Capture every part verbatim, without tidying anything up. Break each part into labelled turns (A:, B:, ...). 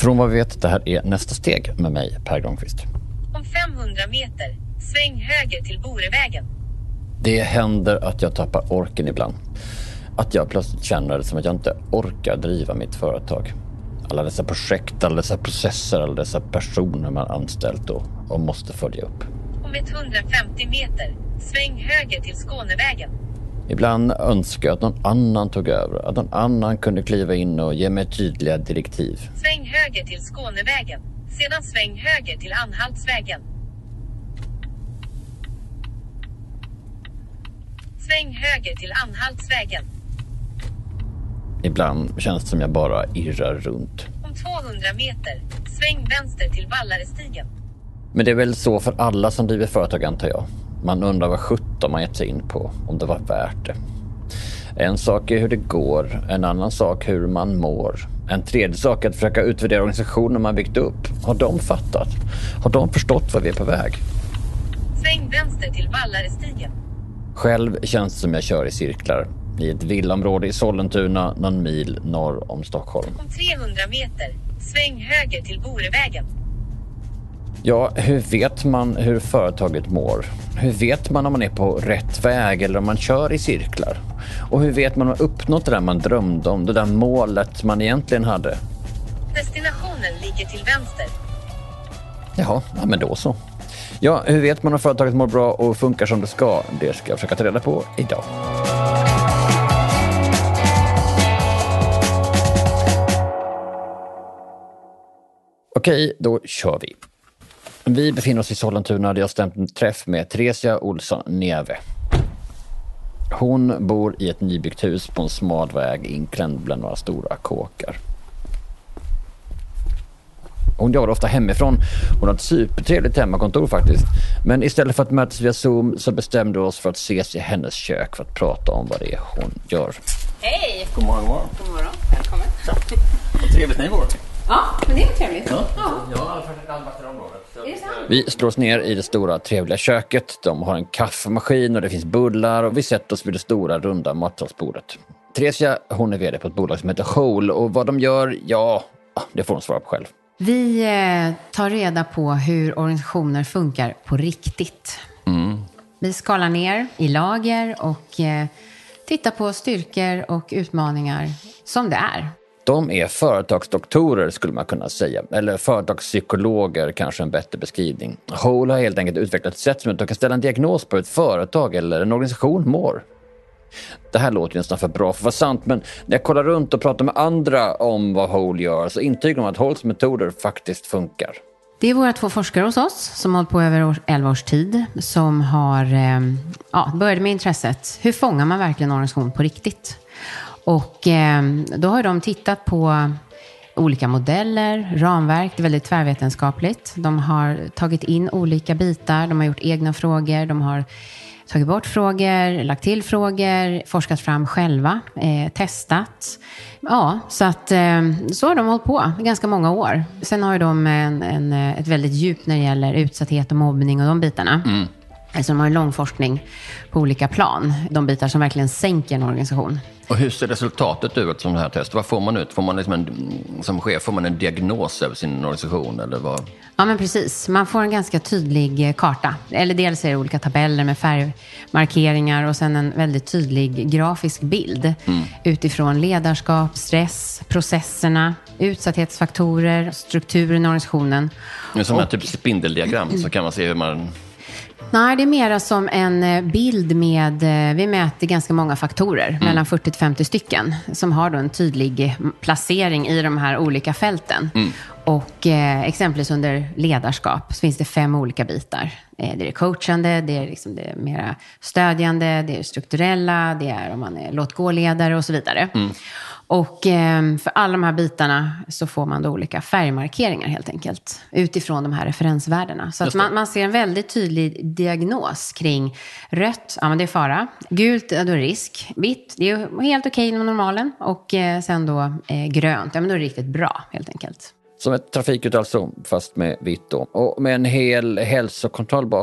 A: Från vad vi vet, det här är nästa steg med mig, Per Granqvist.
B: Om femhundra meter, sväng höger till Borevägen.
A: Det händer att jag tappar orken ibland. Att jag plötsligt känner det som att jag inte orkar driva mitt företag. Alla dessa projekt, alla dessa processer, alla dessa personer man anställt och, och måste följa upp.
B: Om etthundrafemtio meter, sväng höger till Skånevägen.
A: Ibland önskar jag att någon annan tog över. Att någon annan kunde kliva in och ge mig tydliga direktiv.
B: Sväng höger till Skånevägen. Sedan sväng höger till Anhaltsvägen. Sväng höger till Anhaltsvägen.
A: Ibland känns det som jag bara irrar runt.
B: Om tvåhundra meter, sväng vänster till Vallarestigen.
A: Men det är väl så för alla som driver företag, antar jag. Man undrar vad sjutton man gett sig in på, om det var värt det. En sak är hur det går, en annan sak hur man mår. En tredje sak är att försöka utvärdera organisationen man byggt upp. Har de fattat? Har de förstått vad vi är på väg?
B: Sväng vänster till Vallarestigen.
A: Själv känns det som jag kör i cirklar. I ett villaområde i Sollentuna, någon mil norr om Stockholm.
B: Om trehundra meter, sväng höger till Borevägen.
A: Ja, hur vet man hur företaget mår? Hur vet man om man är på rätt väg eller om man kör i cirklar? Och hur vet man om man uppnått det där man drömde om, det där målet man egentligen hade?
B: Destinationen ligger till vänster.
A: Jaha, ja, men då så. Ja, hur vet man om företaget mår bra och funkar som det ska? Det ska jag försöka ta reda på idag. Okej, då kör vi. Vi befinner oss i Sollentuna där jag stämt en träff med Theresia Olsson Neve. Hon bor i ett nybyggt hus på en smal väg inklämd bland några stora kåkar. Hon jobbar ofta hemifrån. Hon har ett supertrevligt hemmakontor faktiskt. Men istället för att mötas via Zoom så bestämde vi oss för att ses i hennes kök för att prata om vad det är hon gör.
C: Hej!
D: God morgon, god morgon.
C: God morgon, välkommen.
D: Vad trevligt ni bor.
C: Ja, men det är trevligt.
D: Ja.
C: Ja.
D: Jag har aldrig varit i området.
C: Är det sant?
A: Vi slår oss ner i det stora trevliga köket. De har en kaffemaskin och det finns bullar och vi sätter oss vid det stora runda matsalsbordet. Theresia, hon är vd på ett bolag som heter Whole och vad de gör, ja, det får hon svara på själv.
C: Vi eh, tar reda på hur organisationer funkar på riktigt.
A: Mm.
C: Vi skalar ner i lager och eh, tittar på styrkor och utmaningar som det är.
A: De är företagsdoktorer skulle man kunna säga. Eller företagspsykologer, kanske en bättre beskrivning. Whole har helt enkelt utvecklat ett sätt som att de kan ställa en diagnos på ett företag eller en organisation mår. Det här låter ju nästan för bra för att vara sant, men när jag kollar runt och pratar med andra om vad Whole gör så intygar de att Wholes metoder faktiskt funkar.
C: Det är våra två forskare hos oss som har hållit på över elva års tid som har eh, ja, började med intresset. Hur fångar man verkligen en organisation på riktigt? Och eh, då har de tittat på olika modeller, ramverk, det är väldigt tvärvetenskapligt. De har tagit in olika bitar, de har gjort egna frågor, de har tagit bort frågor, lagt till frågor, forskat fram själva, eh, testat. Ja, så att eh, så har de hållit på ganska många år. Sen har ju de en, en, ett väldigt djup när det gäller utsatthet och mobbning och de bitarna. Mm. Alltså de har en lång forskning på olika plan. De bitar som verkligen sänker en organisation.
D: Och hur ser resultatet ut som det här testet? Vad får man ut? Får man liksom en, som chef, får man en diagnos över sin organisation? Eller vad?
C: Ja, men precis. Man får en ganska tydlig karta. Eller dels är det olika tabeller med färgmarkeringar och sen en väldigt tydlig grafisk bild. Mm. Utifrån ledarskap, stress, processerna, utsatthetsfaktorer, strukturen i organisationen.
D: Men som
C: och,
D: en typ spindeldiagram så kan man se hur man...
C: Nej, det är mera som en bild med, vi mäter ganska många faktorer, mm. mellan fyrtio till femtio stycken, som har då en tydlig placering i de här olika fälten. Mm. Och eh, exempelvis under ledarskap så finns det fem olika bitar. Eh, det är det coachande, det är liksom det mera stödjande, det är det strukturella, det är om man är låt-gå-ledare och så vidare. Mm. Och eh, för alla de här bitarna så får man då olika färgmarkeringar helt enkelt. Utifrån de här referensvärdena. Så att man, man ser en väldigt tydlig diagnos kring rött, ja men det är fara. Gult, ja, då är det risk. Vitt, det är helt okej inom normalen. Och eh, sen då eh, grönt, ja men då är det riktigt bra helt enkelt.
A: Som ett trafikljus alltså, fast med vitt då. Och med en hel hälsokontroll bakom.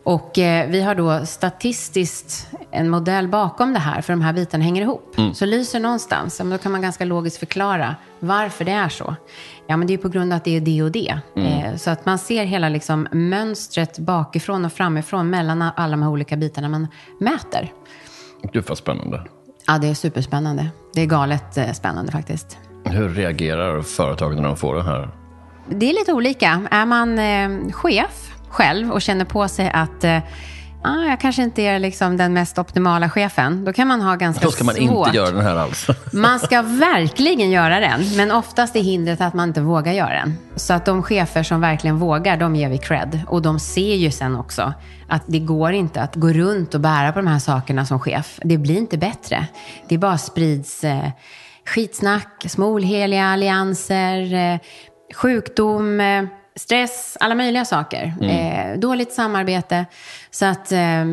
C: Och eh, vi har då statistiskt en modell bakom det här, för de här bitarna hänger ihop. Mm. Så lyser någonstans, då kan man ganska logiskt förklara varför det är så. Ja, men det är på grund av att det är det och det. Mm. Eh, så att man ser hela liksom mönstret bakifrån och framifrån mellan alla de här olika bitarna man mäter.
D: Gud vad spännande.
C: Ja, det är superspännande. Det är galet eh, spännande faktiskt.
D: Hur reagerar företagen när de får det här?
C: Det är lite olika. Är man eh, chef själv och känner på sig att eh, ah, jag kanske inte är liksom den mest optimala chefen, då kan man ha ganska svårt.
D: Då ska man
C: svårt.
D: inte göra den här alls.
C: Man ska verkligen göra den, men oftast är hindret att man inte vågar göra den. Så att de chefer som verkligen vågar, de ger vi cred. Och de ser ju sen också att det går inte att gå runt och bära på de här sakerna som chef. Det blir inte bättre. Det bara sprids eh, skitsnack, små oheliga allianser, eh, sjukdom, eh, stress, alla möjliga saker. Mm. Eh, dåligt samarbete. Så att, eh,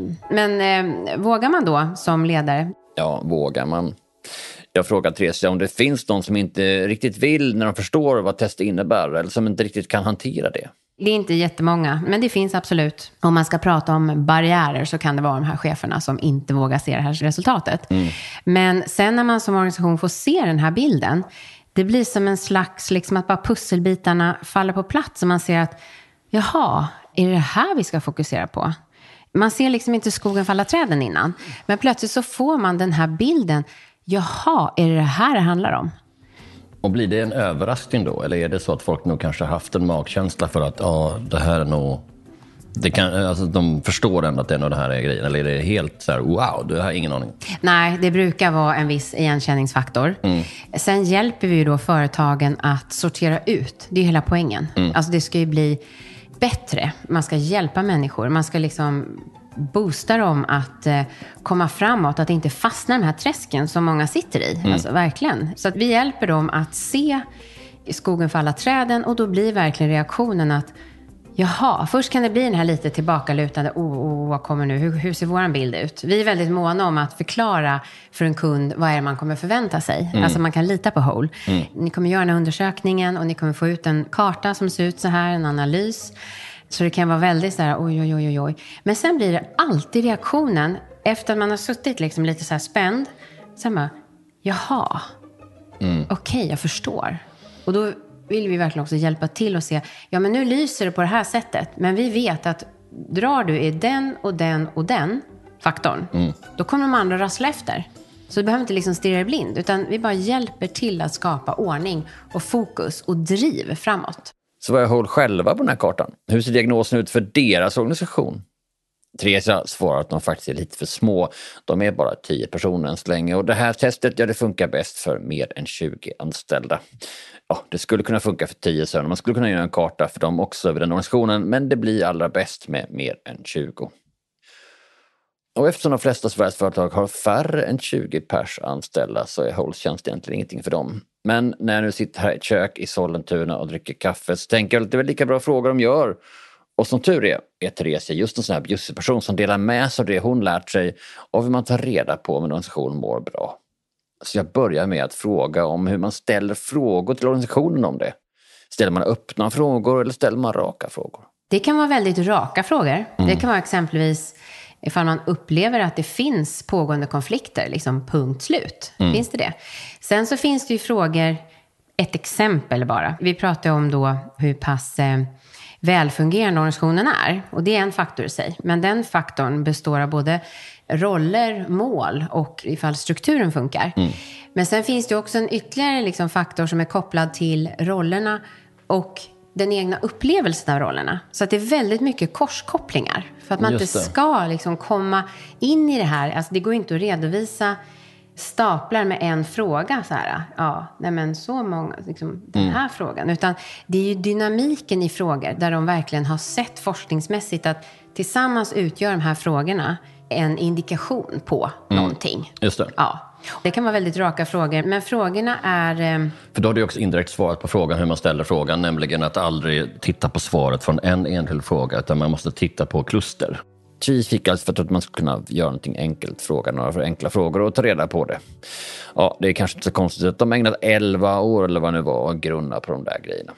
C: men eh, vågar man då som ledare?
A: Ja, vågar man. Jag frågar Theresia om det finns någon som inte riktigt vill när de förstår vad test innebär, eller som inte riktigt kan hantera det.
C: Det är inte jättemånga, men det finns absolut. Om man ska prata om barriärer så kan det vara de här cheferna som inte vågar se det här resultatet. Mm. Men sen när man som organisation får se den här bilden, det blir som en slags, liksom att bara pusselbitarna faller på plats. Och man ser att, jaha, är det det här vi ska fokusera på? Man ser liksom inte skogen falla träden innan. Men plötsligt så får man den här bilden. Jaha, är det det här det handlar om?
D: Och blir det en överraskning då? Eller är det så att folk nog kanske har haft en magkänsla för att ja, det här är nog... Det kan, alltså, de förstår ändå att det är nog det här är grejen. Eller är det helt så här, wow, du har ingen aning?
C: Nej, det brukar vara en viss igenkänningsfaktor. Mm. Sen hjälper vi ju då företagen att sortera ut. Det är hela poängen. Mm. Alltså det ska ju bli bättre. Man ska hjälpa människor. Man ska liksom boosta dem att eh, komma framåt. Att inte fastna i de här träsken som många sitter i. Mm. Alltså verkligen. Så att vi hjälper dem att se i skogen för alla träden. Och då blir verkligen reaktionen att jaha, först kan det bli den här lite tillbakalutande, oh, oh, vad kommer nu, hur, hur ser våran bild ut? Vi är väldigt måna om att förklara för en kund vad är det man kommer förvänta sig. Mm. Alltså man kan lita på Whole. Mm. Ni kommer göra den här undersökningen och ni kommer få ut en karta som ser ut så här, en analys. Så det kan vara väldigt så här, oj, oj, oj, oj. Men sen blir det alltid reaktionen, efter att man har suttit liksom lite så här spänd, så bara, jaha, mm. okej, okay, jag förstår. Och då vill vi verkligen också hjälpa till och se, ja men nu lyser det på det här sättet, men vi vet att drar du i den och den och den faktorn, mm. då kommer de andra rassla efter. Så du behöver inte liksom stirra i blind, utan vi bara hjälper till att skapa ordning och fokus och driv framåt.
A: Så vad är Whole själva på den här kartan? Hur ser diagnosen ut för deras organisation? Theresia svarar att de faktiskt är lite för små. De är bara tio personer än så länge. Och det här testet, ja, det funkar bäst för mer än tjugo anställda. Ja, det skulle kunna funka för tio söner. Man skulle kunna göra en karta för dem också över den organisationen. Men det blir allra bäst med mer än tjugo. Och eftersom de flesta Sveriges företag har färre än tjugo pers anställda så är Wholes tjänst egentligen ingenting för dem. Men när jag nu sitter här i ett kök i Sollentuna och dricker kaffe så tänker jag att det är väl lika bra frågor de gör. Och som tur är, är Theresia just en sån här bjussig person som delar med sig av det hon lärt sig och hur man tar reda på om en organisation mår bra. Så jag börjar med att fråga om hur man ställer frågor till organisationen om det. Ställer man öppna frågor eller ställer man raka frågor?
C: Det kan vara väldigt raka frågor. Mm. Det kan vara exempelvis ifall man upplever att det finns pågående konflikter, liksom punkt slut. Mm. Finns det det? Sen så finns det ju frågor, ett exempel bara. Vi pratar om då hur pass eh, välfungerande organisationen är. Och det är en faktor i sig. Men den faktorn består av både roller, mål och ifall strukturen funkar. Mm. Men sen finns det också en ytterligare liksom faktor som är kopplad till rollerna och den egna upplevelsen av rollerna. Så att det är väldigt mycket korskopplingar. För att man inte ska liksom komma in i det här. Alltså det går inte att redovisa staplar med en fråga så här. Ja, nej men så många, liksom, den här mm. frågan. Utan det är ju dynamiken i frågor där de verkligen har sett forskningsmässigt att tillsammans utgör de här frågorna en indikation på mm. någonting.
D: Just det.
C: Ja. Det kan vara väldigt raka frågor, men frågorna är...
D: För då har du också indirekt svarat på frågan hur man ställer frågan, nämligen att aldrig titta på svaret från en enskild fråga, utan man måste titta på kluster.
A: Vi fick alltså för att man skulle kunna göra någonting enkelt, fråga några för enkla frågor och ta reda på det. Ja, det är kanske inte så konstigt att de ägnat elva år eller vad det nu var och grunna på de där grejerna.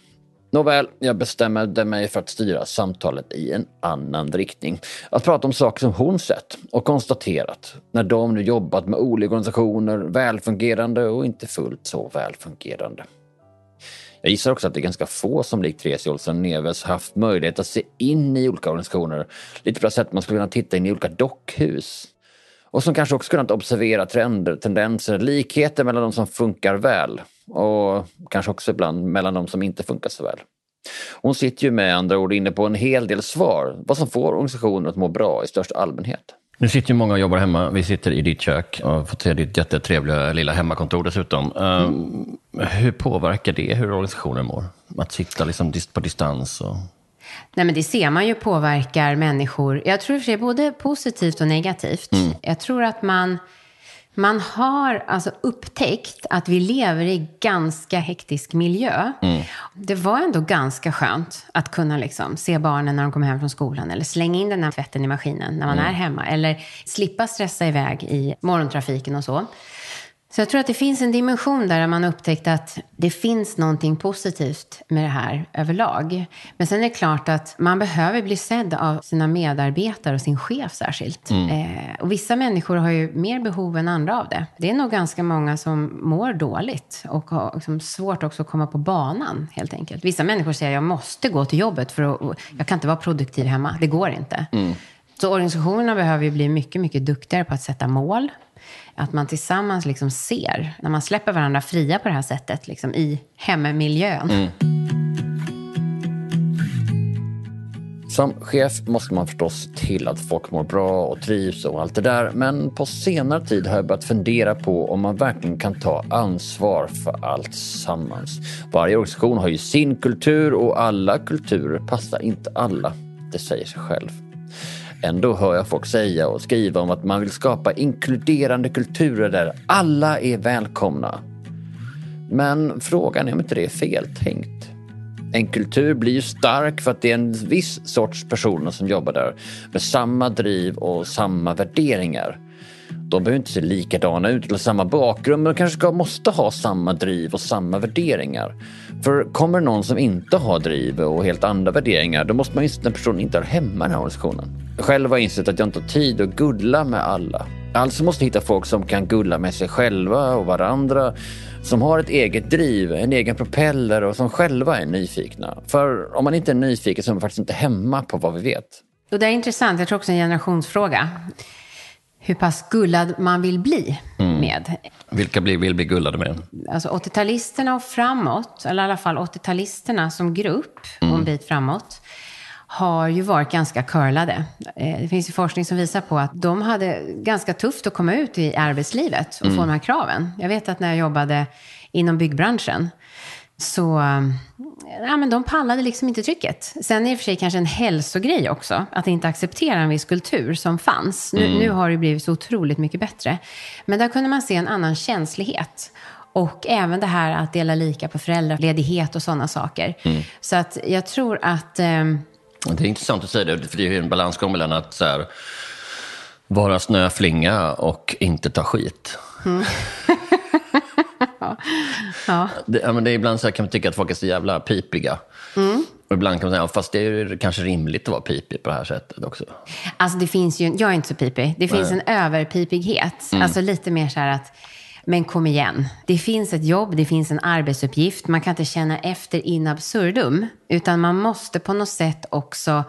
A: Nåväl, jag bestämde mig för att styra samtalet i en annan riktning. Att prata om saker som hon sett och konstaterat när de nu jobbat med olika organisationer, välfungerande och inte fullt så välfungerande. Jag gissar också att det är ganska få som likt Therese Olsson Neves haft möjlighet att se in i olika organisationer. Lite på det sätt man skulle kunna titta in i olika dockhus. Och som kanske också kunnat observera trender, tendenser, likheter mellan de som funkar väl. Och kanske också ibland mellan de som inte funkar så väl. Hon sitter ju med andra ord inne på en hel del svar. Vad som får organisationer att må bra i största allmänhet.
D: Nu sitter ju många och jobbar hemma. Vi sitter i ditt kök och har fått se ditt jättetrevliga lilla hemmakontor dessutom. Mm. Um, hur påverkar det hur organisationen mår? Att sitta liksom på distans och...
C: Nej, men det ser man ju påverkar människor. Jag tror det är både positivt och negativt. Mm. Jag tror att man, man har alltså upptäckt att vi lever i ganska hektisk miljö. Mm. Det var ändå ganska skönt att kunna liksom se barnen när de kommer hem från skolan. Eller slänga in den här tvätten i maskinen när man mm. är hemma. Eller slippa stressa iväg i morgontrafiken och så. Så jag tror att det finns en dimension där man upptäckt att det finns någonting positivt med det här överlag. Men sen är det klart att man behöver bli sedd av sina medarbetare och sin chef särskilt. Mm. Eh, och vissa människor har ju mer behov än andra av det. Det är nog ganska många som mår dåligt och har liksom svårt också att komma på banan helt enkelt. Vissa människor säger att jag måste gå till jobbet för att jag kan inte vara produktiv hemma. Det går inte. Mm. Så organisationerna behöver ju bli mycket, mycket duktigare på att sätta mål. Att man tillsammans liksom ser, när man släpper varandra fria på det här sättet liksom i hemmiljön. Mm.
A: Som chef måste man förstås till att folk mår bra och trivs och allt det där. Men på senare tid har jag börjat fundera på om man verkligen kan ta ansvar för allt sammans. Varje organisation har ju sin kultur och alla kulturer passar inte alla. Det säger sig själv. Ändå hör jag folk säga och skriva om att man vill skapa inkluderande kulturer där alla är välkomna. Men frågan är om inte det är fel tänkt. En kultur blir ju stark för att det är en viss sorts personer som jobbar där med samma driv och samma värderingar. De behöver inte se likadana ut eller samma bakgrund, men de kanske ska, måste ha samma driv och samma värderingar. För kommer någon som inte har driv och helt andra värderingar, då måste man inse att den personen inte är hemma i den här organisationen. Själv har jag insett att jag inte har tid att gulla med alla. Alltså måste jag hitta folk som kan gulla med sig själva och varandra, som har ett eget driv, en egen propeller och som själva är nyfikna. För om man inte är nyfiken så är man faktiskt inte hemma på vad vi vet.
C: Och det är intressant, jag tror också en generationsfråga. Hur pass gullad man vill bli mm. med.
D: Vilka blir, vill bli gullade med?
C: Alltså åttio-talisterna och framåt, eller i alla fall åttio-talisterna som grupp mm. och en bit framåt, har ju varit ganska curlade. Det finns ju forskning som visar på att de hade ganska tufft att komma ut i arbetslivet och mm. få de här kraven. Jag vet att när jag jobbade inom byggbranschen så ja, men de pallade liksom inte trycket. Sen är det för sig kanske en hälsogrej också, att inte acceptera en viss kultur som fanns. Nu, mm. nu har det blivit så otroligt mycket bättre. Men där kunde man se en annan känslighet. Och även det här att dela lika på föräldraledighet och sådana saker. Mm. Så att jag tror att... Eh,
D: det är intressant att säga det, för det är ju en balansgång mellan att så här, vara snöflinga och inte ta skit. Mm. ja. Ja. Det, ja, men det är ibland så här, kan man tycka att folk är så jävla pipiga. Mm. Och ibland kan man säga, fast det är kanske rimligt att vara pipig på det här sättet också.
C: Alltså det finns ju, jag är inte så pipig. Det finns Nej. en överpipighet. Mm. Alltså lite mer så här att, men kom igen. Det finns ett jobb, det finns en arbetsuppgift. Man kan inte känna efter in absurdum. Utan man måste på något sätt också...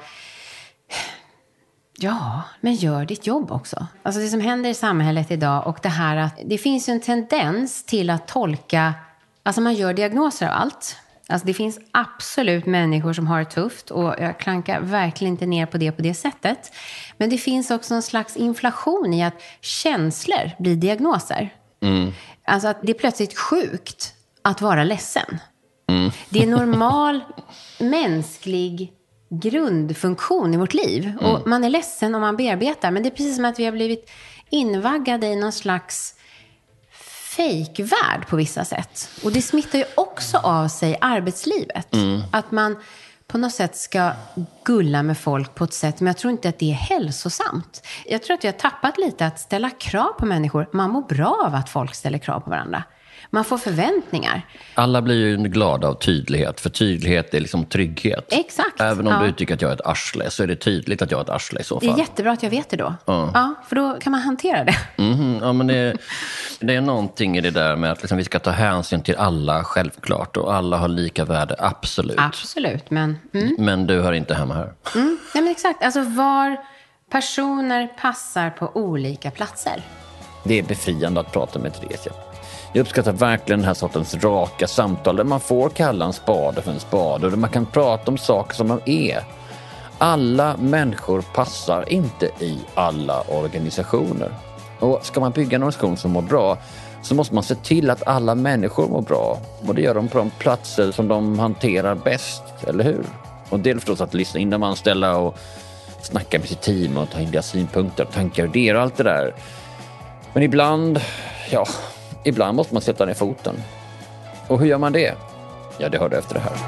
C: Ja, men gör ditt jobb också. Alltså det som händer i samhället idag och det här att det finns en tendens till att tolka, alltså man gör diagnoser av allt. Alltså det finns absolut människor som har det tufft och jag klankar verkligen inte ner på det på det sättet. Men det finns också en slags inflation i att känslor blir diagnoser. Mm. Alltså att det är plötsligt sjukt att vara ledsen. Mm. Det är normal mänsklig grundfunktion i vårt liv. Mm. Och man är ledsen om man bearbetar. Men det är precis som att vi har blivit invaggade i någon slags fejkvärld på vissa sätt. Och det smittar ju också av sig arbetslivet. Mm. Att man på något sätt ska gulla med folk på ett sätt. Men jag tror inte att det är hälsosamt. Jag tror att vi har tappat lite att ställa krav på människor. Man mår bra av att folk ställer krav på varandra. Man får förväntningar.
D: Alla blir ju glada av tydlighet, för tydlighet är liksom trygghet.
C: Exakt.
D: Även om
C: ja.
D: du tycker att jag är ett arsle, så är det tydligt att jag är ett arsle i så fall.
C: Det är jättebra att jag vet det då.
D: Ja.
C: Ja, för då kan man hantera det.
D: Mm, ja, men det, är, det är någonting i det där med att liksom vi ska ta hänsyn till alla, självklart. Och alla har lika värde, absolut.
C: Absolut, men... Mm.
D: Men du hör inte hemma här.
C: Mm. Nej, men exakt. Alltså var personer passar på olika platser.
A: Det är befriande att prata med Theresia. Jag uppskattar verkligen den här sortens raka samtal där man får kalla en spade för en spade och där man kan prata om saker som de är. Alla människor passar inte i alla organisationer. Och ska man bygga en organisation som mår bra så måste man se till att alla människor mår bra. Och det gör de på de platser som de hanterar bäst, eller hur? Och det är förstås att lyssna in de anställda och snacka med sitt team och ta in deras synpunkter, tankar och idéer och allt det där. Men ibland, ja, ibland måste man sätta ner foten. Och hur gör man det? Ja, det hör du efter det här.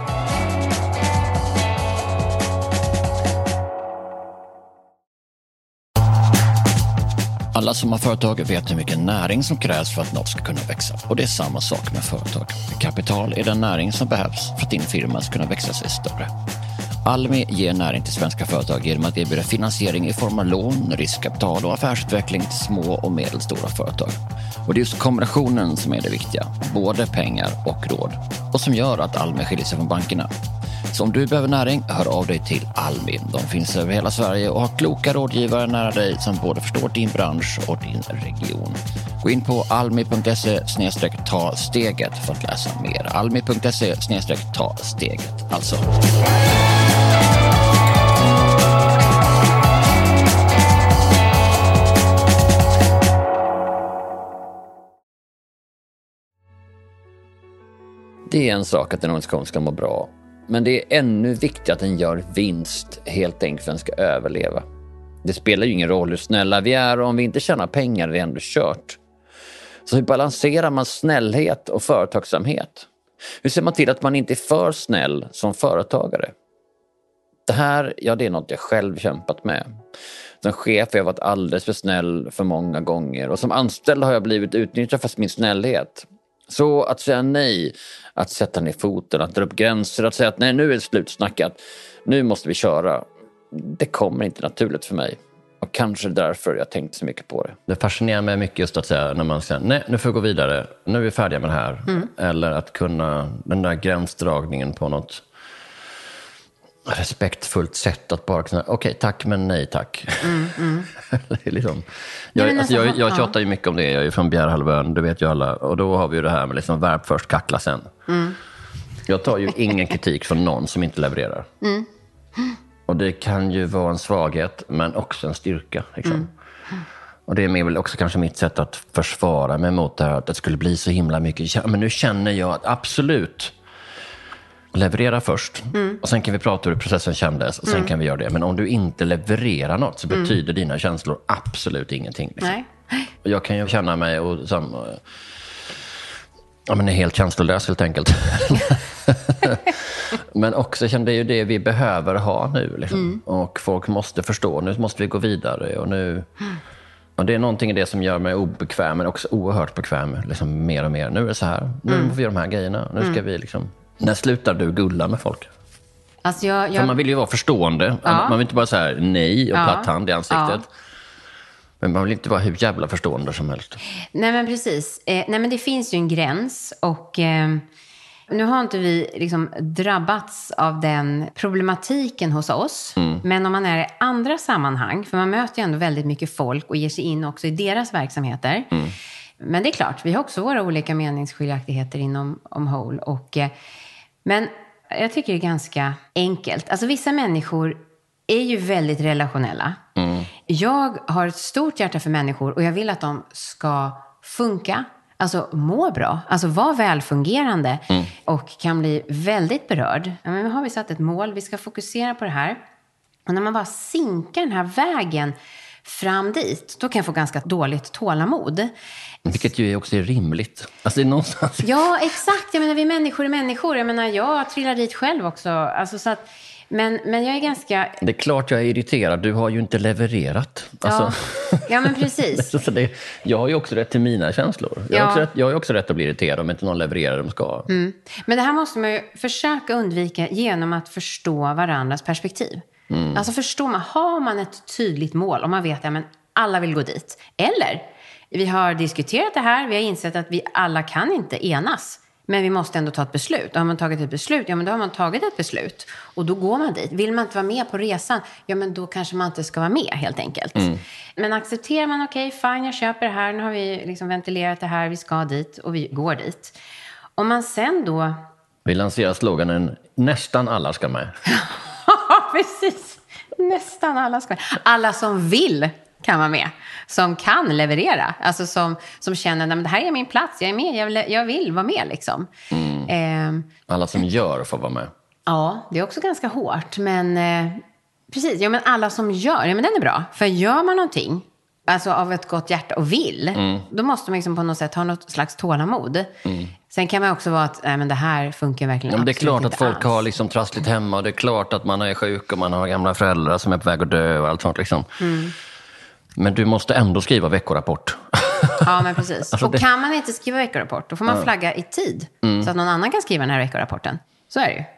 D: Alla som har företag vet hur mycket näring som krävs för att något ska kunna växa. Och det är samma sak med företag. Kapital är den näring som behövs för att din firma ska kunna växa sig större. Almi ger näring till svenska företag genom att erbjuda finansiering i form av lån, riskkapital och affärsutveckling till små och medelstora företag. Och det är just kombinationen som är det viktiga. Både pengar och råd. Och som gör att Almi skiljer sig från bankerna. Så om du behöver näring, hör av dig till Almi. De finns över hela Sverige och har kloka rådgivare nära dig som både förstår din bransch och din region. Gå in på almi punkt se snedstreck ta steget för att läsa mer. almi punkt se snedstreck ta steget alltså.
A: Det är en sak att en organisation ska må bra. Men det är ännu viktigare att den gör vinst helt enkelt för att den ska överleva. Det spelar ju ingen roll hur snälla vi är och om vi inte tjänar pengar är det ändå kört. Så hur balanserar man snällhet och företagsamhet? Hur ser man till att man inte är för snäll som företagare? Det här, ja det är något jag själv kämpat med. Som chef har jag varit alldeles för snäll för många gånger och som anställd har jag blivit utnyttjad för min snällhet. Så att säga nej, att sätta ner foten, att dra upp gränser, att säga att nej, nu är det slutsnackat, nu måste vi köra. Det kommer inte naturligt för mig. Och kanske därför jag tänkt så mycket på det.
D: Det fascinerar mig mycket just att säga när man säger nej, nu får vi gå vidare, nu är vi färdiga med det här. Mm. Eller att kunna, den där gränsdragningen på något respektfullt sätt att bara kunna, okej okay, tack men nej tack. Mm, mm. Det är liksom, jag, nej, alltså, jag, jag tjatar ju mycket om det, jag är från Bjärhalvön, det vet ju alla. Och då har vi ju det här med liksom verb först, kackla sen. Mm. Jag tar ju ingen kritik från någon som inte levererar. Mm. Och det kan ju vara en svaghet men också en styrka. Liksom. Mm. Och det är väl också kanske mitt sätt att försvara mig mot det här, att det skulle bli så himla mycket. Ja, men nu känner jag att absolut leverera först. Mm. Och sen kan vi prata hur processen kändes. Och sen mm. kan vi göra det. Men om du inte levererar något så betyder mm. dina känslor absolut ingenting. Liksom. Nej. Och jag kan ju känna mig och sam, ja, men är helt känslolös helt enkelt. Men också kände ju det vi behöver ha nu. Liksom. Mm. Och folk måste förstå. Nu måste vi gå vidare. Och nu... Mm. Och det är någonting i det som gör mig obekväm. Men också oerhört bekväm. Liksom mer och mer. Nu är det så här. Nu mm. får vi göra de här grejerna. Nu ska mm. vi liksom... När slutar du gulla med folk?
C: Alltså jag, jag...
D: För man vill ju vara förstående. Ja. Man vill inte bara säga nej och
C: ja.
D: platt hand i ansiktet. Ja. Men man vill inte vara hur jävla förstående som helst.
C: Nej men precis. Eh, nej men det finns ju en gräns. Och eh, nu har inte vi liksom drabbats av den problematiken hos oss. Mm. Men om man är i andra sammanhang. För man möter ju ändå väldigt mycket folk och ger sig in också i deras verksamheter. Mm. Men det är klart, vi har också våra olika meningsskiljaktigheter inom om Whole. Och, eh, men jag tycker det är ganska enkelt. Alltså vissa människor är ju väldigt relationella. Mm. Jag har ett stort hjärta för människor och jag vill att de ska funka. Alltså må bra, alltså vara välfungerande mm. och kan bli väldigt berörd. Ja, men har vi satt ett mål, vi ska fokusera på det här. Och när man bara sinkar den här vägen fram dit, då kan jag få ganska dåligt tålamod.
D: Vilket ju också är rimligt. Alltså det är någonstans...
C: Ja, exakt. Jag menar, vi människor är människor. Jag menar, jag trillar dit själv också. Alltså så att... Men, men jag är ganska...
D: Det är klart jag är irriterad. Du har ju inte levererat. Alltså...
C: Ja. ja, men precis.
D: Så det, jag har ju också rätt till mina känslor. Jag,
C: ja.
D: har, också rätt, jag har också rätt att bli irriterad om inte någon levererar de ska.
C: Mm. Men det här måste man ju försöka undvika genom att förstå varandras perspektiv. Mm. Alltså förstår man, har man ett tydligt mål och man vet att ja, alla vill gå dit. Eller, vi har diskuterat det här, vi har insett att vi alla kan inte enas. Men vi måste ändå ta ett beslut. Och har man tagit ett beslut, ja men då har man tagit ett beslut. Och då går man dit. Vill man inte vara med på resan, ja men då kanske man inte ska vara med helt enkelt. Mm. Men accepterar man, okej, okay, fine, jag köper det här. Nu har vi liksom ventilerat det här, vi ska dit och vi går dit. Om man sen då...
D: Vi lanserar sloganen, nästan alla ska med.
C: Ja, precis. Nästan alla ska med. Alla som vill kan vara med. Som kan leverera. Alltså som, som känner att det här är min plats. Jag är med. Jag vill, jag vill vara med liksom.
D: Mm. Eh, alla som gör får vara med.
C: Ja, det är också ganska hårt. Men eh, precis. Ja, men alla som gör. Ja, men den är bra. För gör man någonting. Alltså av ett gott hjärta och vill. Mm. Då måste man liksom på något sätt ha något slags tålamod. Mm. Sen kan man också vara att nej, men det här funkar verkligen
D: ja, men det är klart
C: att
D: folk
C: alls.
D: har liksom trassligt hemma. Och det är klart att man är sjuk och man har gamla föräldrar som är på väg att dö och allt sånt liksom. Mm. Men du måste ändå skriva veckorapport.
C: Ja, men precis.
D: Alltså
C: och
D: det...
C: kan man inte skriva veckorapport, då får man ja. flagga i tid. Mm. Så att någon annan kan skriva den här veckorapporten. Så är det ju.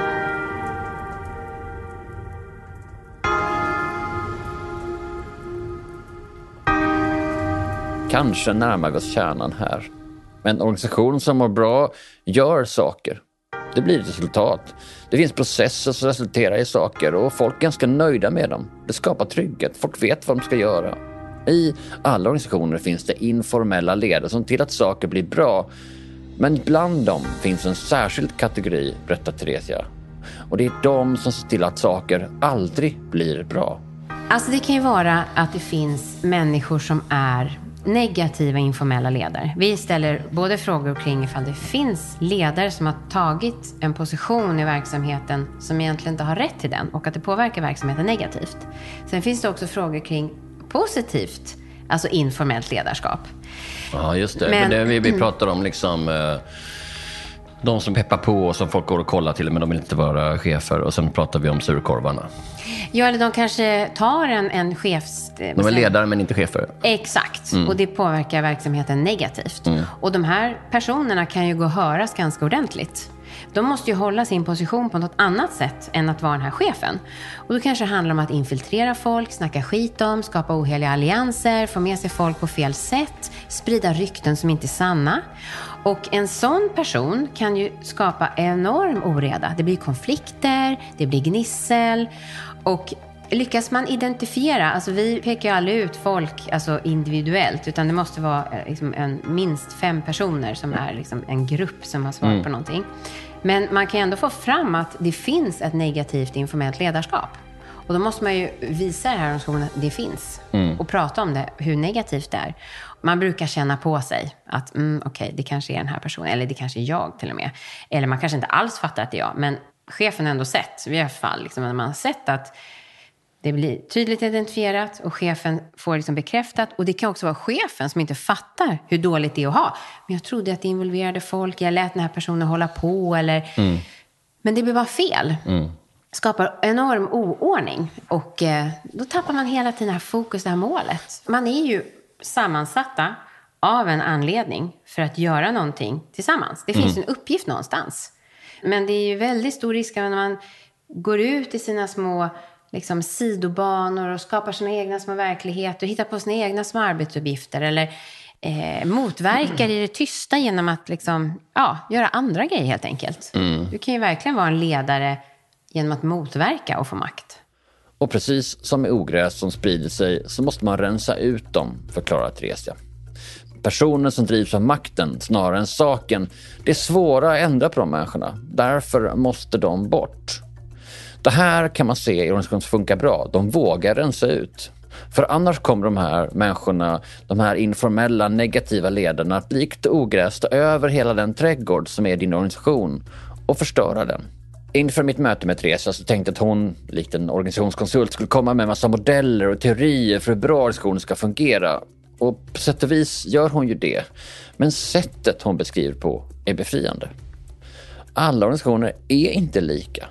A: Kanske närmar vi oss kärnan här. En organisation som mår bra gör saker. Det blir ett resultat. Det finns processer som resulterar i saker och folk är ganska nöjda med dem. Det skapar trygghet. Folk vet vad de ska göra. I alla organisationer finns det informella ledare som till att saker blir bra. Men bland dem finns en särskild kategori, berättar Theresia. Och det är de som ser till att saker aldrig blir bra.
C: Alltså det kan ju vara att det finns människor som är negativa informella ledare. Vi ställer både frågor kring ifall det finns ledare som har tagit en position i verksamheten som egentligen inte har rätt till den och att det påverkar verksamheten negativt. Sen finns det också frågor kring positivt, alltså informellt ledarskap.
D: Ja, just det. Men, det vi, vi pratar om liksom eh, de som peppar på och som folk går och kollar till, men de vill inte vara chefer. Och sen pratar vi om surkorvarna.
C: Ja, eller de kanske tar en, en chefs...
D: De är ledare men inte chefer.
C: Exakt, mm. och det påverkar verksamheten negativt. Mm. Och de här personerna kan ju gå och höras ganska ordentligt. De måste ju hålla sin position på något annat sätt än att vara den här chefen. Och då kanske det handlar om att infiltrera folk, snacka skit om, skapa oheliga allianser, få med sig folk på fel sätt, sprida rykten som inte är sanna. Och en sån person kan ju skapa enorm oreda. Det blir konflikter, det blir gnissel. Och lyckas man identifiera, alltså vi pekar ju aldrig ut folk alltså individuellt, utan det måste vara liksom en, minst fem personer som är liksom en grupp som har svar mm. på någonting. Men man kan ändå få fram att det finns ett negativt informellt ledarskap. Och då måste man ju visa det här organisationen att det finns. Mm. Och prata om det, hur negativt det är. Man brukar känna på sig att mm, okej, okay, det kanske är den här personen. Eller det kanske är jag till och med. Eller man kanske inte alls fattar att det är jag. Men chefen har ändå sett, i alla fall, liksom, när man har sett att det blir tydligt identifierat och chefen får liksom bekräftat. Och det kan också vara chefen som inte fattar hur dåligt det är att ha. Men jag trodde att det involverade folk. Jag lät den här personen hålla på. Eller... Mm. Men det blir bara fel. Mm. Skapar enorm oordning. Och eh, då tappar man hela tiden här fokus, det här målet. Man är ju sammansatta av en anledning för att göra någonting tillsammans. Det finns mm. en uppgift någonstans. Men det är ju väldigt stor risk när man går ut i sina små... liksom sidobanor och skapar sina egna små verkligheter och hittar på sina egna små arbetsuppgifter eller eh, motverkar mm. i det tysta genom att liksom, ja, göra andra grejer helt enkelt. Mm. Du kan ju verkligen vara en ledare genom att motverka och få makt.
A: Och precis som med ogräs som sprider sig så måste man rensa ut dem, förklarar Theresia. Personer som drivs av makten snarare än saken, det är svåra att ändra på de människorna. Därför måste de bort. Det här kan man se i organisationer som funkar bra. De vågar rensa ut. För annars kommer de här människorna, de här informella negativa ledarna att likt ogräs ta över hela den trädgård som är din organisation och förstöra den. Inför mitt möte med Theresia så tänkte jag att hon, likt en organisationskonsult, skulle komma med en massa modeller och teorier för hur bra organisationen ska fungera. Och på sätt och vis gör hon ju det. Men sättet hon beskriver på är befriande. Alla organisationer är inte lika.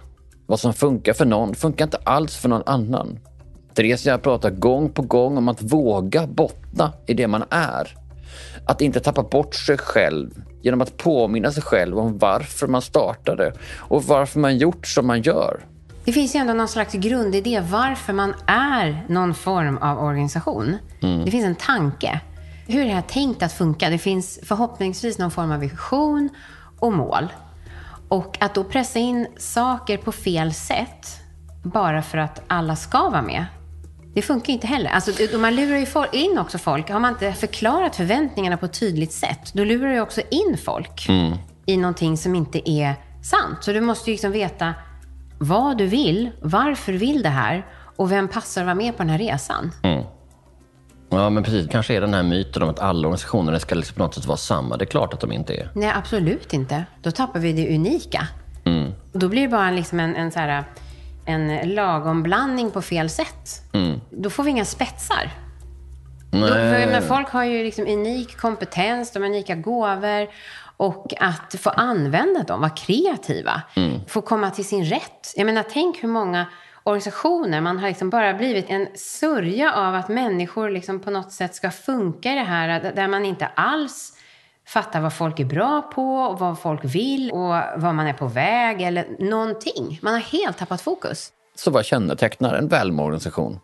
A: Vad som funkar för någon funkar inte alls för någon annan. Theresia pratar gång på gång om att våga bottna i det man är. Att inte tappa bort sig själv genom att påminna sig själv om varför man startade och varför man gjort som man gör.
C: Det finns ju ändå någon slags grundidé varför man är någon form av organisation. Mm. Det finns en tanke. Hur är det här tänkt att funka? Det finns förhoppningsvis någon form av vision och mål. Och att då pressa in saker på fel sätt bara för att alla ska vara med, det funkar inte heller. Alltså, man lurar ju in också folk. Har man inte förklarat förväntningarna på ett tydligt sätt, då lurar ju också in folk mm. i någonting som inte är sant. Så du måste ju liksom veta vad du vill, varför du vill det här och vem passar att vara med på den här resan.
D: Mm. Ja, men precis. Kanske är den här myten om att alla organisationer ska liksom på något sätt vara samma. Det är klart att de inte är.
C: Nej, absolut inte. Då tappar vi det unika. Mm. Då blir det bara liksom en, en, så här, en lagomblandning på fel sätt. Mm. Då får vi inga spetsar. Nej. Då, för, men folk har ju liksom unik kompetens, de har unika gåvor. Och att få använda dem, vara kreativa. Mm. Få komma till sin rätt. Jag menar, tänk hur många organisationer, man har liksom bara blivit en sörja av att människor liksom på något sätt ska funka i det här, där man inte alls fattar vad folk är bra på och vad folk vill och vad man är på väg eller någonting. Man har helt tappat fokus.
A: Så vad kännetecknar en välmående organisation?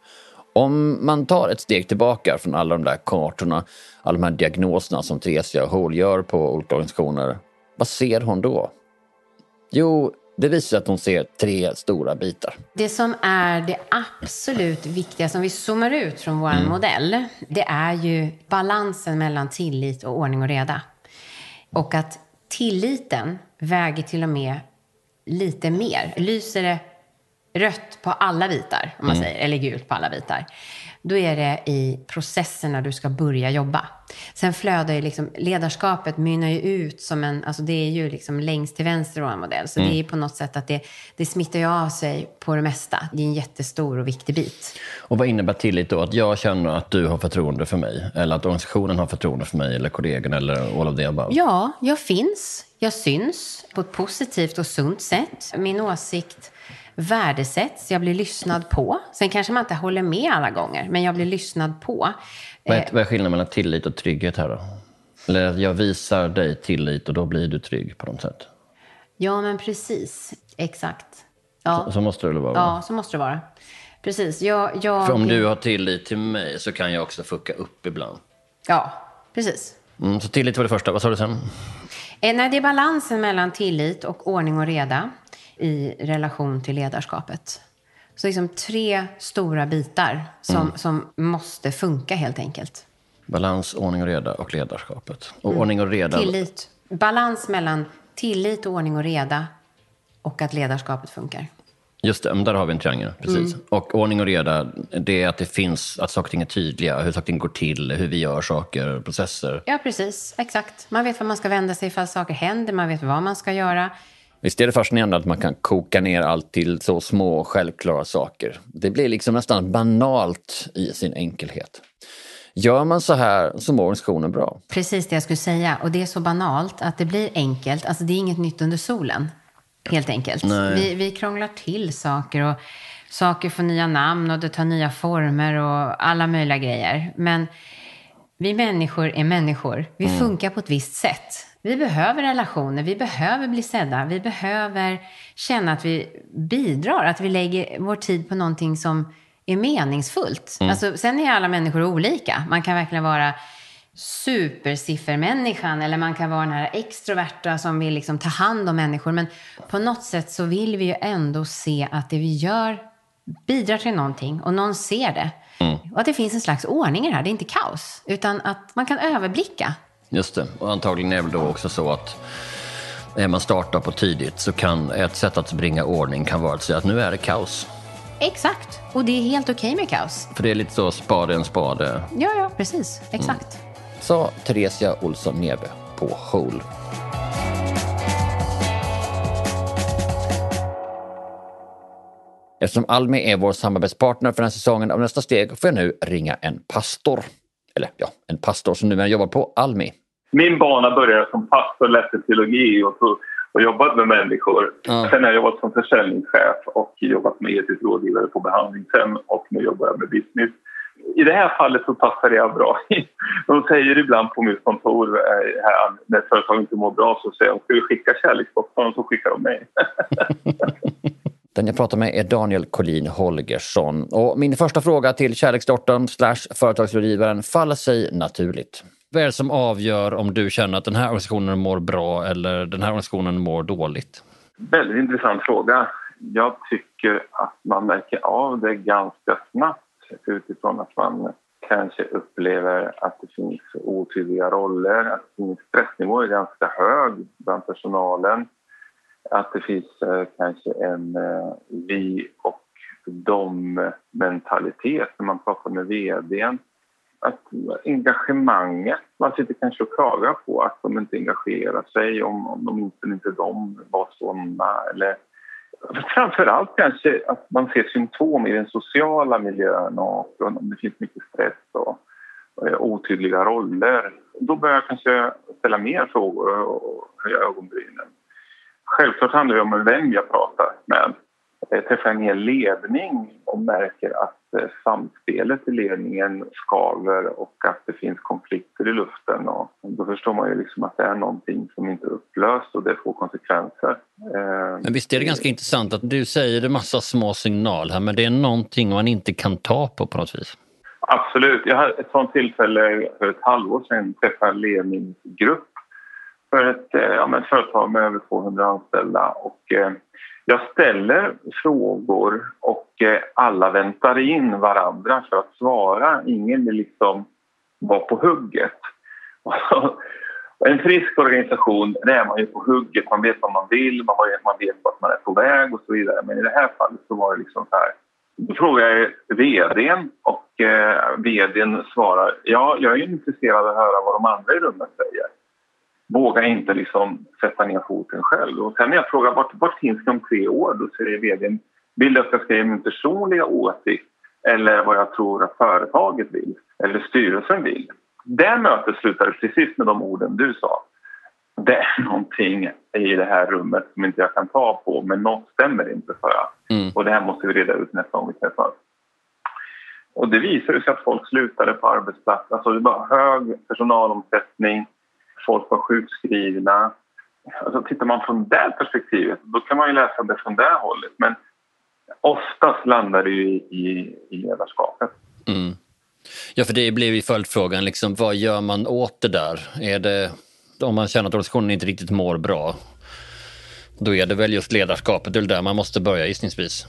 A: Om man tar ett steg tillbaka från alla de där kartorna, alla de här diagnoserna som Theresia och Hole gör på olika organisationer, vad ser hon då? Jo, det visar att hon ser tre stora bitar.
C: Det som är det absolut viktiga som vi zoomar ut från vår mm. modell, det är ju balansen mellan tillit och ordning och reda. Och att tilliten väger till och med lite mer. Lyser det rött på alla bitar, om man mm. säger, eller gult på alla bitar, då är det i processen när du ska börja jobba. Sen flödar ju liksom, ledarskapet mynnar ju ut som en, alltså det är ju liksom längst till vänster av en modell. Så mm. det är på något sätt att det, det smittar ju av sig på det mesta. Det är en jättestor och viktig bit.
D: Och vad innebär tillit då? Att jag känner att du har förtroende för mig? Eller att organisationen har förtroende för mig? Eller kollegorna? Eller all of the above?
C: Ja, jag finns. Jag syns på ett positivt och sunt sätt. Min åsikt värdesätts, jag blir lyssnad på. Sen kanske man inte håller med alla gånger, men jag blir lyssnad på.
D: Vad är, vad är skillnaden mellan tillit och trygghet här då? Eller jag visar dig tillit och då blir du trygg på något sätt?
C: Ja, men precis. Exakt. Ja.
D: Så, så måste det vara?
C: Ja, så måste det vara. Precis. Jag, jag...
D: För om du har tillit till mig så kan jag också fucka upp ibland.
C: Ja, precis.
D: Mm, så tillit var det första. Vad sa du sen?
C: Eh, nej, det är balansen mellan tillit och ordning och reda i relation till ledarskapet. Så liksom tre stora bitar som, mm. som måste funka helt enkelt.
D: Balans, ordning och reda och ledarskapet. Och mm. ordning och reda...
C: Tillit. Balans mellan tillit och ordning och reda och att ledarskapet funkar.
D: Just det, men där har vi en triangel, precis. Mm. Och ordning och reda, det är att det finns, att saker och ting är tydliga, hur saker och ting går till, hur vi gör saker, processer.
C: Ja, precis. Exakt. Man vet vad man ska vända sig ifall saker händer, man vet vad man ska göra.
A: Visst är det fascinerande att man kan koka ner allt till så små självklara saker. Det blir liksom nästan banalt i sin enkelhet. Gör man så här så mår organisationen bra.
C: Precis det jag skulle säga. Och det är så banalt att det blir enkelt. Alltså det är inget nytt under solen. Helt enkelt. Vi, vi krånglar till saker och saker får nya namn och det tar nya former och alla möjliga grejer. Men vi människor är människor. Vi mm. funkar på ett visst sätt. Vi behöver relationer, vi behöver bli sedda, vi behöver känna att vi bidrar, att vi lägger vår tid på någonting som är meningsfullt. Mm. Alltså, sen är alla människor olika. Man kan verkligen vara supersiffermänniskan eller man kan vara den här extroverta som vill liksom ta hand om människor. Men på något sätt så vill vi ju ändå se att det vi gör bidrar till någonting och någon ser det. Mm. Och att det finns en slags ordning i det här, det är inte kaos. Utan att man kan överblicka.
D: Just det, och antagligen är det då också så att när man startar på tidigt så kan ett sätt att bringa ordning kan vara att säga att nu är det kaos.
C: Exakt, och det är helt okej med kaos.
D: För det är lite så, spade en spade.
C: Ja, ja, precis, exakt. Mm.
A: Sa Theresia Olsson Nebe på Hole. Eftersom Almi är vår samarbetspartner för den här säsongen av Nästa steg får jag nu ringa en pastor. Eller ja, en pastor som numera jobbar på Almi.
E: Min bana började som pastor, läste teologi och så, och jobbat med människor.
A: Ja.
E: Sen har jag jobbat som försäljningschef och jobbat med etisk rådgivare på behandlingshem och nu jobbar jag med business. I det här fallet så passar jag bra. De säger ibland på mitt kontor här, när företag inte mår bra, så säger de, ska vi skicka kärleksdoktorn, så skickar de mig.
A: Den jag pratar med är Daniel Collin Holgersson. Och min första fråga till kärleksdoktorn slash företagsrådgivaren faller sig naturligt. Vad är det som avgör om du känner att den här organisationen mår bra eller den här organisationen mår dåligt?
E: Väldigt intressant fråga. Jag tycker att man märker av det ganska snabbt utifrån att man kanske upplever att det finns otydliga roller, att stressnivån är ganska hög bland personalen, att det finns eh, kanske en eh, vi och de mentalitet när man pratar med vdn. Att engagemanget, man sitter kanske och klagar på att de inte engagerar sig, om, om de inte, inte de var sådana, eller framförallt kanske att man ser symptom i den sociala miljön och om det finns mycket stress och, och otydliga roller. Då börjar jag kanske ställa mer frågor och höja ögonbrynen. Självklart handlar det om vem jag pratar med. Jag träffar en hel ledning och märker att samspelet i ledningen skaver och att det finns konflikter i luften. Och då förstår man ju liksom att det är någonting som inte är upplöst och det får konsekvenser.
A: Men visst är det ganska intressant att du säger en massa små signaler här, men det är någonting man inte kan ta på på något vis.
E: Absolut. Jag hade ett sådant tillfälle för ett halvår sedan, träffade en ledningsgrupp för ett, ja, ett företag med över tvåhundra anställda, och jag ställer frågor och alla väntar in varandra för att svara. Ingen vill liksom vara på hugget. En frisk organisation, där är man ju på hugget. Man vet vad man vill, man vet, man vet vart man är på väg och så vidare. Men i det här fallet så var det liksom så här. Då frågar jag vdn och eh, vdn svarar, ja, jag är intresserad av att höra vad de andra i rummet säger. Vågar inte liksom sätta ner foten själv. Och sen när jag frågar vart, vart finns det om tre år, då säger vdn, vill jag att jag ska ge min personliga åsikt eller vad jag tror att företaget vill eller styrelsen vill. Det mötet slutade precis med de orden du sa. Det är någonting i det här rummet som inte jag kan ta på, men något stämmer inte, för jag. Mm. Och det här måste vi reda ut nästa gång vi träffas. Och det visar sig att folk slutade på arbetsplatsen. Alltså det var hög personalomsättning. Folk var sjukskrivna. Alltså tittar man från det perspektivet, då kan man ju läsa det från det hållet. Men oftast landar det ju i, i ledarskapet.
A: Mm. Ja, för det blev ju följdfrågan. Liksom, vad gör man åt det där? Är det, om man känner att organisationen inte riktigt mår bra, då är det väl just ledarskapet. Det är där man måste börja gissningsvis.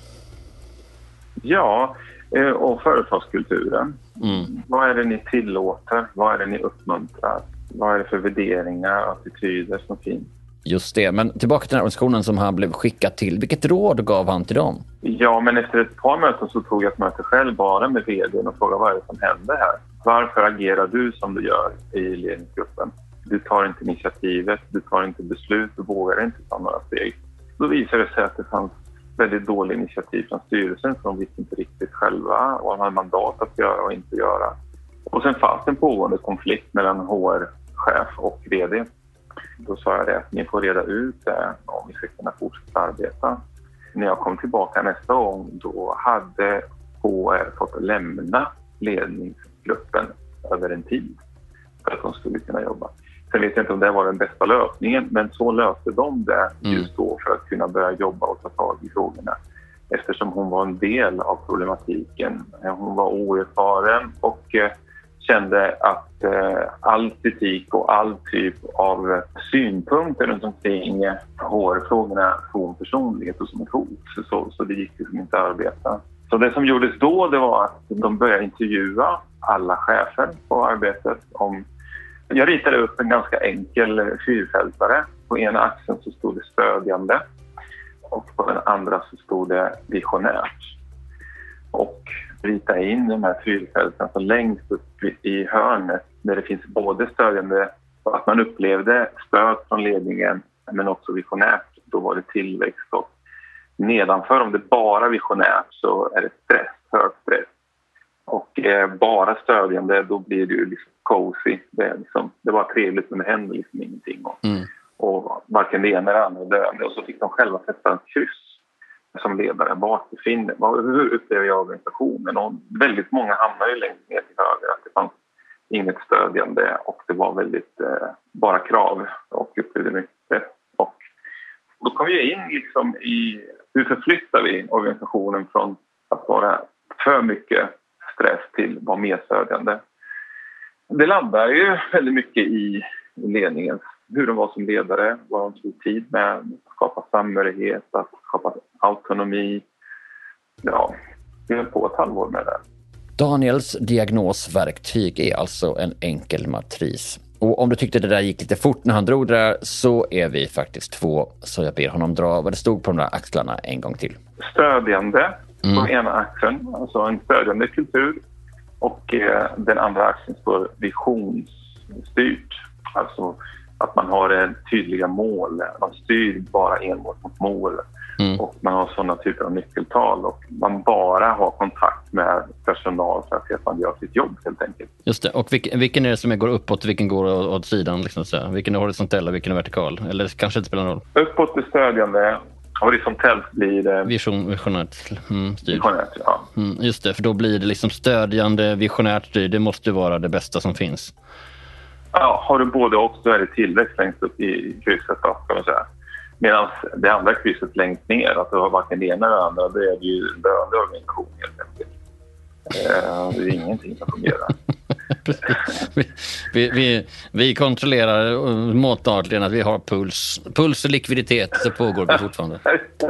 E: Ja, och företagskulturen. Mm. Vad är det ni tillåter? Vad är det ni uppmuntrar? Vad är det för värderingar och attityder som finns?
A: Just det, men tillbaka till den här organisationen som han blev skickad till. Vilket råd gav han till dem?
E: Ja, men efter ett par möten så tog jag ett möte själv bara med vdn och frågade vad är det som händer här? Varför agerar du som du gör i ledningsgruppen? Du tar inte initiativet, du tar inte beslut, du vågar inte ta några steg. Då visade det sig att det fanns väldigt dålig initiativ från styrelsen, så de visste inte riktigt själva vad de hade mandat att göra och inte göra. Och sen fanns en pågående konflikt mellan H R-chef och vd. Då sa jag det att ni får reda ut det om vi ska kunna fortsätta arbeta. När jag kom tillbaka nästa gång, då hade H R fått lämna ledningsgruppen över en tid för att de skulle kunna jobba. Sen vet jag inte om det var den bästa lösningen, men så löste de det just då för att kunna börja jobba och ta tag i frågorna. Eftersom hon var en del av problematiken. Hon var oerfaren och eh, kände att eh, all kritik och all typ av synpunkter runt omkring H R-frågorna tog en personlighet och som ett hot. Så, så det gick liksom inte att arbeta. Så det som gjordes då, det var att de började intervjua alla chefer på arbetet om. Jag ritade upp en ganska enkel fyrfältare. På ena axeln så stod det stödjande och på den andra så stod det visionärt. Och rita in de här fyrfälten så längst upp i hörnet där det finns både stödjande och att man upplevde stöd från ledningen, men också visionärt. Då var det tillväxt, och nedanför, om det bara visionärt, så är det stress, hög stress. Och eh, bara stödjande, då blir det ju liksom cozy. Det, är liksom, det var trevligt, men det händer liksom ingenting. Och,
A: mm.
E: Och varken det ena eller andra döende. Och så fick de själva sätta en kryss som ledare. Vart befinner, hur upplever jag organisationen? Och väldigt många hamnar ju längst ner till höger. Att det fanns inget stödjande och det var väldigt eh, bara krav och upplevde mycket. Och då kom vi in liksom i hur förflyttar vi organisationen från att vara för mycket stress till att vara mer stödjande. Det landar ju väldigt mycket i ledningen. Hur de var som ledare, vad de tog tid med att skapa samhörighet, att skapa autonomi. Ja, vi höll på ett halvår med det.
A: Daniels diagnosverktyg är alltså en enkel matris. Och om du tyckte det där gick lite fort när han drog det där så är vi faktiskt två. Så jag ber honom dra vad det stod på de där axlarna en gång till.
E: Stödjande
A: mm.
E: på ena axeln, alltså en stödjande kultur. Och eh, den andra axeln står visionsstyrt. Alltså att man har en tydliga mål. Man styr bara enbart mot mål. Mm. Och man har sådana typer av nyckeltal. Och man bara har kontakt med personal för att se att man gör sitt jobb helt enkelt.
D: Just det. Och vilken, vilken är det som går uppåt och vilken går åt sidan? Liksom så? Vilken är horisontell och vilken är vertikal? Eller kanske inte spelar någon roll?
E: Uppåt är stödjande. Horisontellt blir det...
D: Vision, visionärt mm, styr.
E: Visionärt, ja.
D: Mm, just det, för då blir det liksom stödjande, visionärt styr. Det måste vara det bästa som finns.
E: Ja, har du både och så är det tillväxt längst upp i krysset då, kan man säga. Medan det andra krysset längst ner, att du har varken det ena eller det andra, det är ju en döende organisation helt enkelt. Det är ingenting som fungerar.
D: vi, vi, vi, vi kontrollerar måttdagligen att vi har puls. Puls och likviditet, så pågår det fortfarande.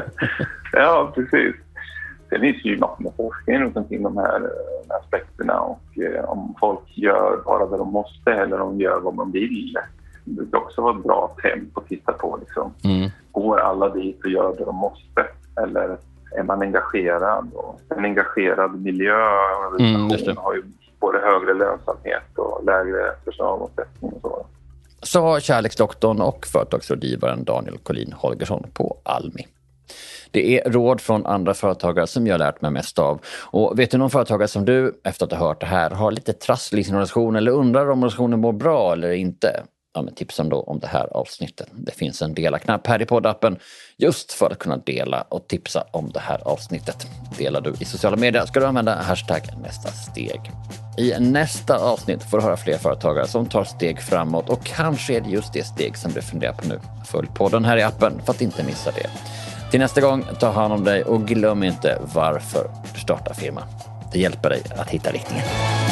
E: Ja, precis. Det finns ju massor med forskning runt omkring de här, de här aspekterna och eh, om folk gör bara det de måste eller de gör vad man vill. Det brukar också vara ett bra tempo att titta på. Liksom. Mm. Går alla dit och gör det de måste? Eller är man engagerad? Och en engagerad miljö mm, har ju både högre lönsamhet och lägre personalomsättning och så.
A: Sa kärleksdoktorn och företagsrådgivaren Daniel Collin Holgersson på Almi. Det är råd från andra företagare som jag har lärt mig mest av. Och vet du någon företagare som du, efter att ha hört det här, har lite trassel i sin organisation eller undrar om organisationen mår bra eller inte? Ja, men tipsen då om det här avsnittet. Det finns en dela-knapp här i poddappen just för att kunna dela och tipsa om det här avsnittet. Delar du i sociala medier ska du använda hashtag nästa steg. I nästa avsnitt får du höra fler företagare som tar steg framåt och kanske är det just det steg som du funderar på nu. Följ podden här i appen för att inte missa det. Till nästa gång, ta hand om dig och glöm inte varför du startar firma. Det hjälper dig att hitta riktningen.